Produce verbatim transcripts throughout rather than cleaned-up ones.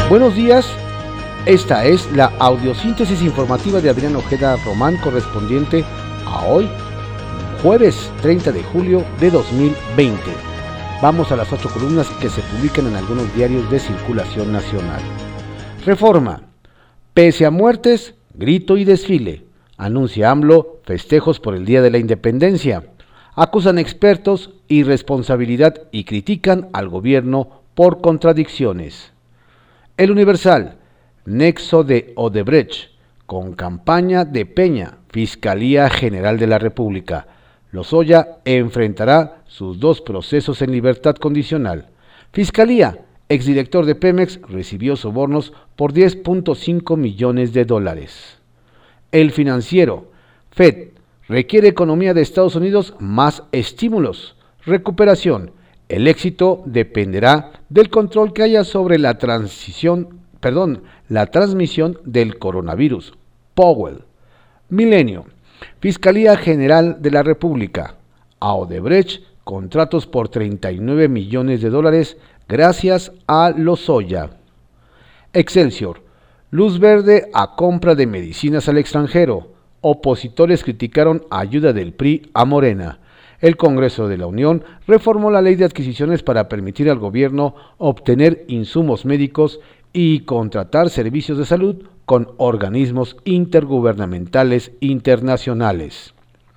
Buenos días, esta es la audiosíntesis informativa de Adrián Ojeda Román correspondiente a hoy, jueves treinta de julio de dos mil veinte. Vamos a las ocho columnas que se publican en algunos diarios de circulación nacional. Reforma. Pese a muertes, grito y desfile. Anuncia AMLO festejos por el Día de la Independencia. Acusan expertos irresponsabilidad y critican al gobierno por contradicciones. El Universal. Nexo de Odebrecht. Con campaña de Peña, Fiscalía General de la República. Lozoya enfrentará sus dos procesos en libertad condicional. Fiscalía. Exdirector de Pemex recibió sobornos por diez punto cinco millones de dólares. El Financiero. Fed. Requiere economía de Estados Unidos más estímulos. Recuperación. El éxito dependerá del control que haya sobre la transición, perdón, la transmisión del coronavirus. Powell. Milenio. Fiscalía General de la República. A Odebrecht contratos por treinta y nueve millones de dólares gracias a Lozoya. Excelsior. Luz verde a compra de medicinas al extranjero. Opositores criticaron ayuda del P R I a Morena. El Congreso de la Unión reformó la ley de adquisiciones para permitir al gobierno obtener insumos médicos y contratar servicios de salud con organismos intergubernamentales internacionales.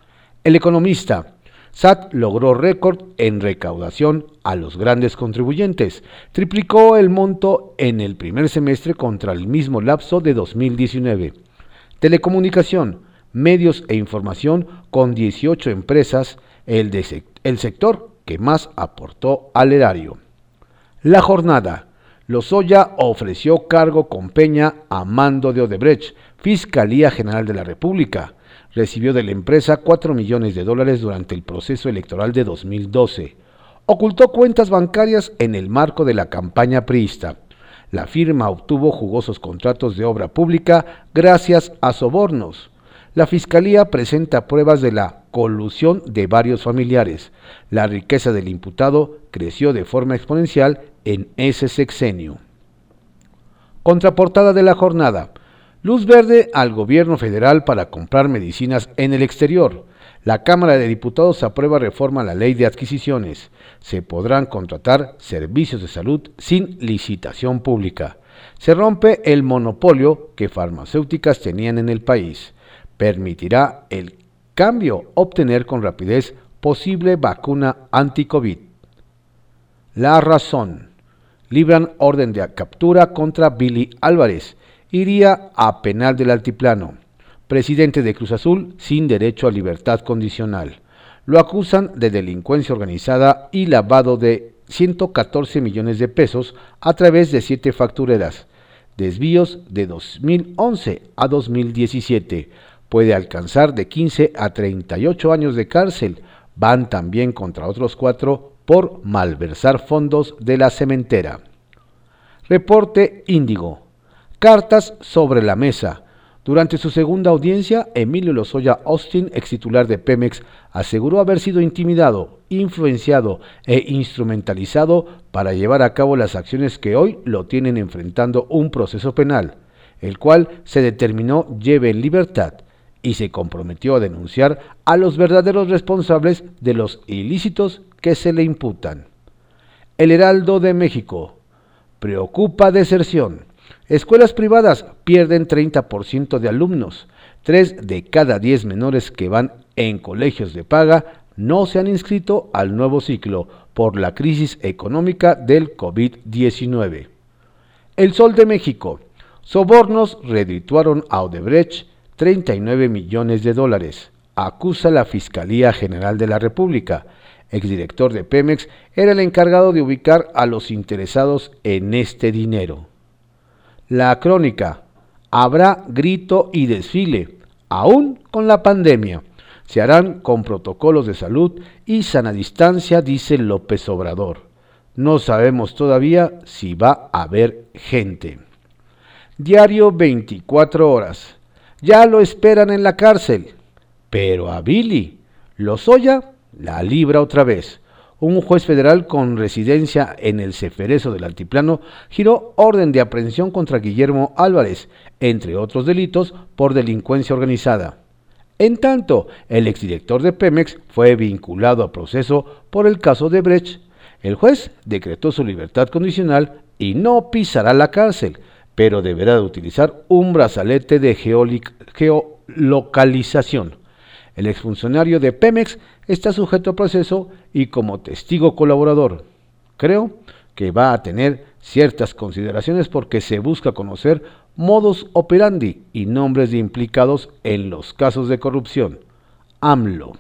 El Economista. S A T logró récord en recaudación a los grandes contribuyentes. Triplicó el monto en el primer semestre contra el mismo lapso de dos mil diecinueve. Telecomunicación. Medios e información con dieciocho empresas, el, de sec- el sector que más aportó al erario. La Jornada. Lozoya ofreció cargo con Peña a mando de Odebrecht, Fiscalía General de la República. Recibió de la empresa cuatro millones de dólares durante el proceso electoral de dos mil doce. Ocultó cuentas bancarias en el marco de la campaña priista. La firma obtuvo jugosos contratos de obra pública gracias a sobornos. La Fiscalía presenta pruebas de la colusión de varios familiares. La riqueza del imputado creció de forma exponencial en ese sexenio. Contraportada de la Jornada. Luz verde al gobierno federal para comprar medicinas en el exterior. La Cámara de Diputados aprueba reforma a la ley de adquisiciones. Se podrán contratar servicios de salud sin licitación pública. Se rompe el monopolio que farmacéuticas tenían en el país. Permitirá el cambio obtener con rapidez posible vacuna anti-COVID. La Razón. Libran orden de captura contra Billy Álvarez. Iría a penal del Altiplano. Presidente de Cruz Azul sin derecho a libertad condicional. Lo acusan de delincuencia organizada y lavado de ciento catorce millones de pesos a través de siete factureras. Desvíos de dos mil once a dos mil diecisiete. Puede alcanzar de quince a treinta y ocho años de cárcel. Van también contra otros cuatro por malversar fondos de la cementera. Reporte Índigo. Cartas sobre la mesa. Durante su segunda audiencia, Emilio Lozoya Austin, extitular de Pemex, aseguró haber sido intimidado, influenciado e instrumentalizado para llevar a cabo las acciones que hoy lo tienen enfrentando un proceso penal, el cual se determinó lleve en libertad, y se comprometió a denunciar a los verdaderos responsables de los ilícitos que se le imputan. El Heraldo de México. Preocupa deserción. Escuelas privadas pierden treinta por ciento de alumnos. Tres de cada diez menores que van en colegios de paga no se han inscrito al nuevo ciclo por la crisis económica del COVID diecinueve. El Sol de México. Sobornos redituaron a Odebrecht treinta y nueve millones de dólares. Acusa la Fiscalía General de la República. Exdirector de Pemex era el encargado de ubicar a los interesados en este dinero. La Crónica. Habrá grito y desfile, aún con la pandemia. Se harán con protocolos de salud y sana distancia, dice López Obrador. No sabemos todavía si va a haber gente. Diario veinticuatro horas. Ya lo esperan en la cárcel. Pero a Billy, Lozoya la libra otra vez. un juez federal con residencia en el Ceferezo del Altiplano giró orden de aprehensión contra Guillermo Álvarez, entre otros delitos, por delincuencia organizada. En tanto, el exdirector de Pemex fue vinculado a proceso por el caso de Brecht. El juez decretó su libertad condicional y no pisará la cárcel, pero deberá de utilizar un brazalete de geolocalización. El exfuncionario de Pemex está sujeto a proceso y como testigo colaborador. Creo que va a tener ciertas consideraciones porque se busca conocer modus operandi y nombres de implicados en los casos de corrupción. AMLO.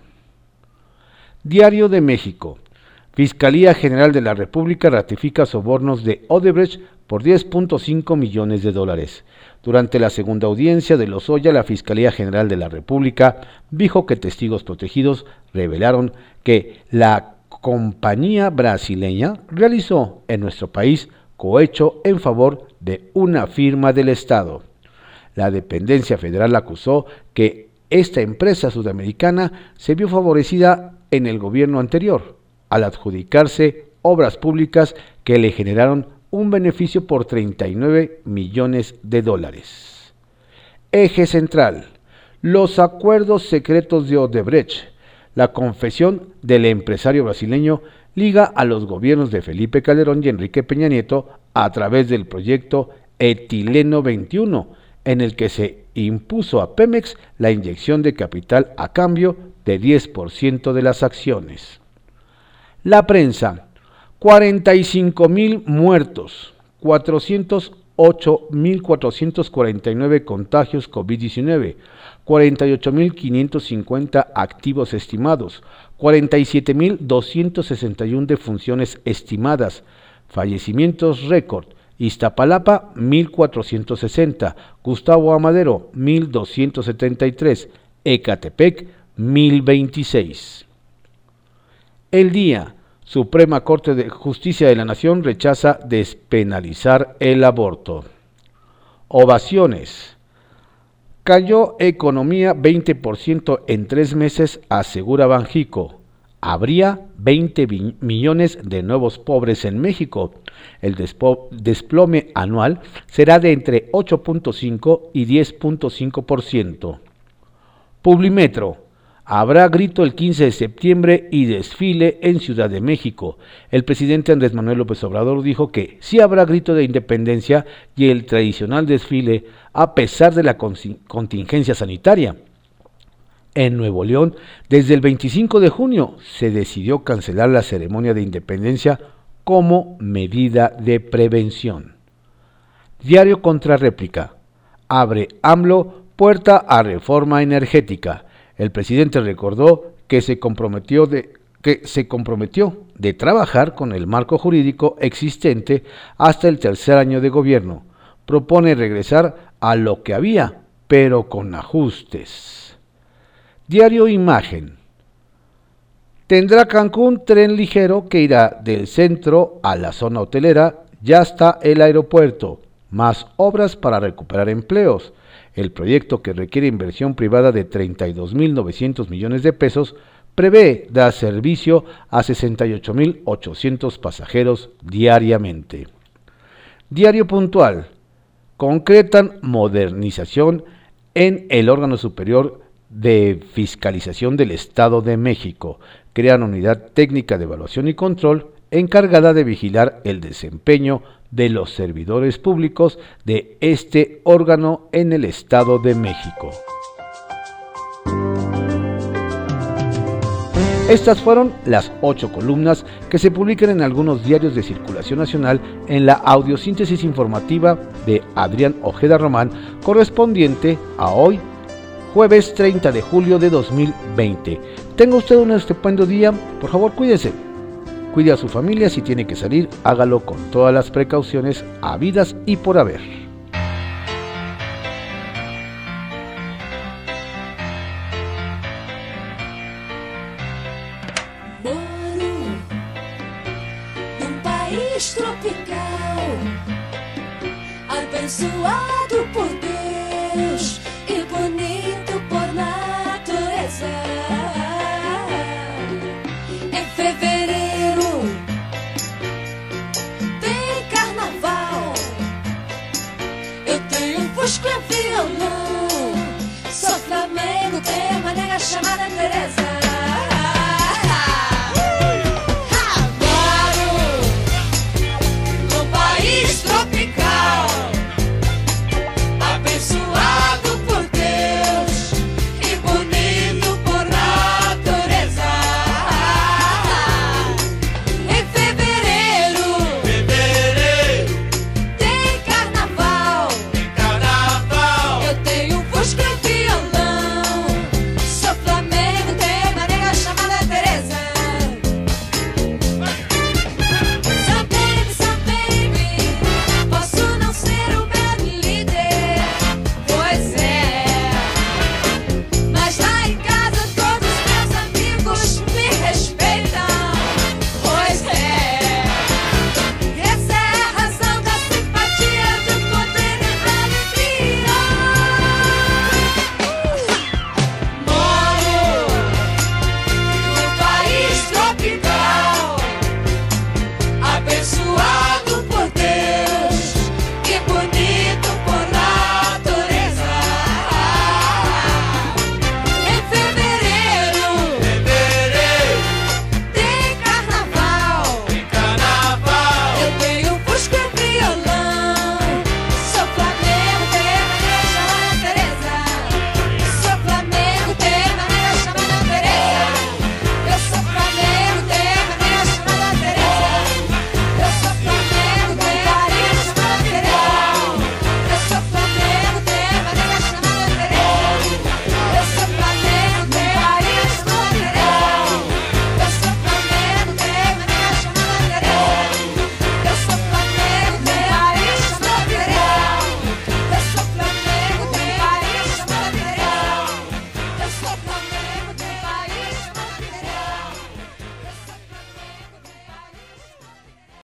Diario de México. Fiscalía General de la República ratifica sobornos de Odebrecht por diez punto cinco millones de dólares. Durante la segunda audiencia de Lozoya, la Fiscalía General de la República dijo que testigos protegidos revelaron que la compañía brasileña realizó en nuestro país cohecho en favor de una firma del Estado. La dependencia federal acusó que esta empresa sudamericana se vio favorecida en el gobierno anterior, al adjudicarse obras públicas que le generaron un beneficio por treinta y nueve millones de dólares. Eje central. Los acuerdos secretos de Odebrecht. La confesión del empresario brasileño liga a los gobiernos de Felipe Calderón y Enrique Peña Nieto a través del proyecto Etileno veintiuno, en el que se impuso a Pemex la inyección de capital a cambio de diez por ciento de las acciones. La prensa. cuarenta y cinco mil muertos, cuatrocientos ocho mil cuatrocientos cuarenta y nueve contagios COVID diecinueve, cuarenta y ocho mil quinientos cincuenta activos estimados, cuarenta y siete mil doscientos sesenta y uno defunciones estimadas, fallecimientos récord, Iztapalapa mil cuatrocientos sesenta, Gustavo Amadero mil doscientos setenta y tres, Ecatepec mil veintiséis. El Día. Suprema Corte de Justicia de la Nación rechaza despenalizar el aborto. Ovaciones. Cayó economía veinte por ciento en tres meses, asegura Banjico. Habría veinte millones de nuevos pobres en México. El desplome anual será de entre ocho punto cinco y diez punto cinco por ciento. Publimetro. Habrá grito el quince de septiembre y desfile en Ciudad de México. El presidente Andrés Manuel López Obrador dijo que sí habrá grito de independencia y el tradicional desfile a pesar de la contingencia sanitaria. En Nuevo León, desde el veinticinco de junio se decidió cancelar la ceremonia de independencia como medida de prevención. Diario contra réplica. Abre AMLO puerta a reforma energética. El presidente recordó que se comprometió de, que se comprometió de trabajar con el marco jurídico existente hasta el tercer año de gobierno. Propone regresar a lo que había, pero con ajustes. Diario Imagen. Tendrá Cancún tren ligero que irá del centro a la zona hotelera. Ya está el aeropuerto. Más obras para recuperar empleos. El proyecto, que requiere inversión privada de treinta y dos mil novecientos millones de pesos, prevé dar servicio a sesenta y ocho mil ochocientos pasajeros diariamente. Diario Puntual. Concretan modernización en el órgano superior de fiscalización del Estado de México. Crean unidad técnica de evaluación y control encargada de vigilar el desempeño de los servidores públicos de este órgano en el Estado de México. Estas fueron las ocho columnas que se publican en algunos diarios de circulación nacional en la audiosíntesis informativa de Adrián Ojeda Román, correspondiente a hoy, jueves treinta de julio de dos mil veinte. Tenga usted un estupendo día, por favor cuídese. Cuide a su familia, si tiene que salir, hágalo con todas las precauciones habidas y por haber. Moro num país tropical, abençoado por Deus e bonito por natureza. Em fevereiro busca violão.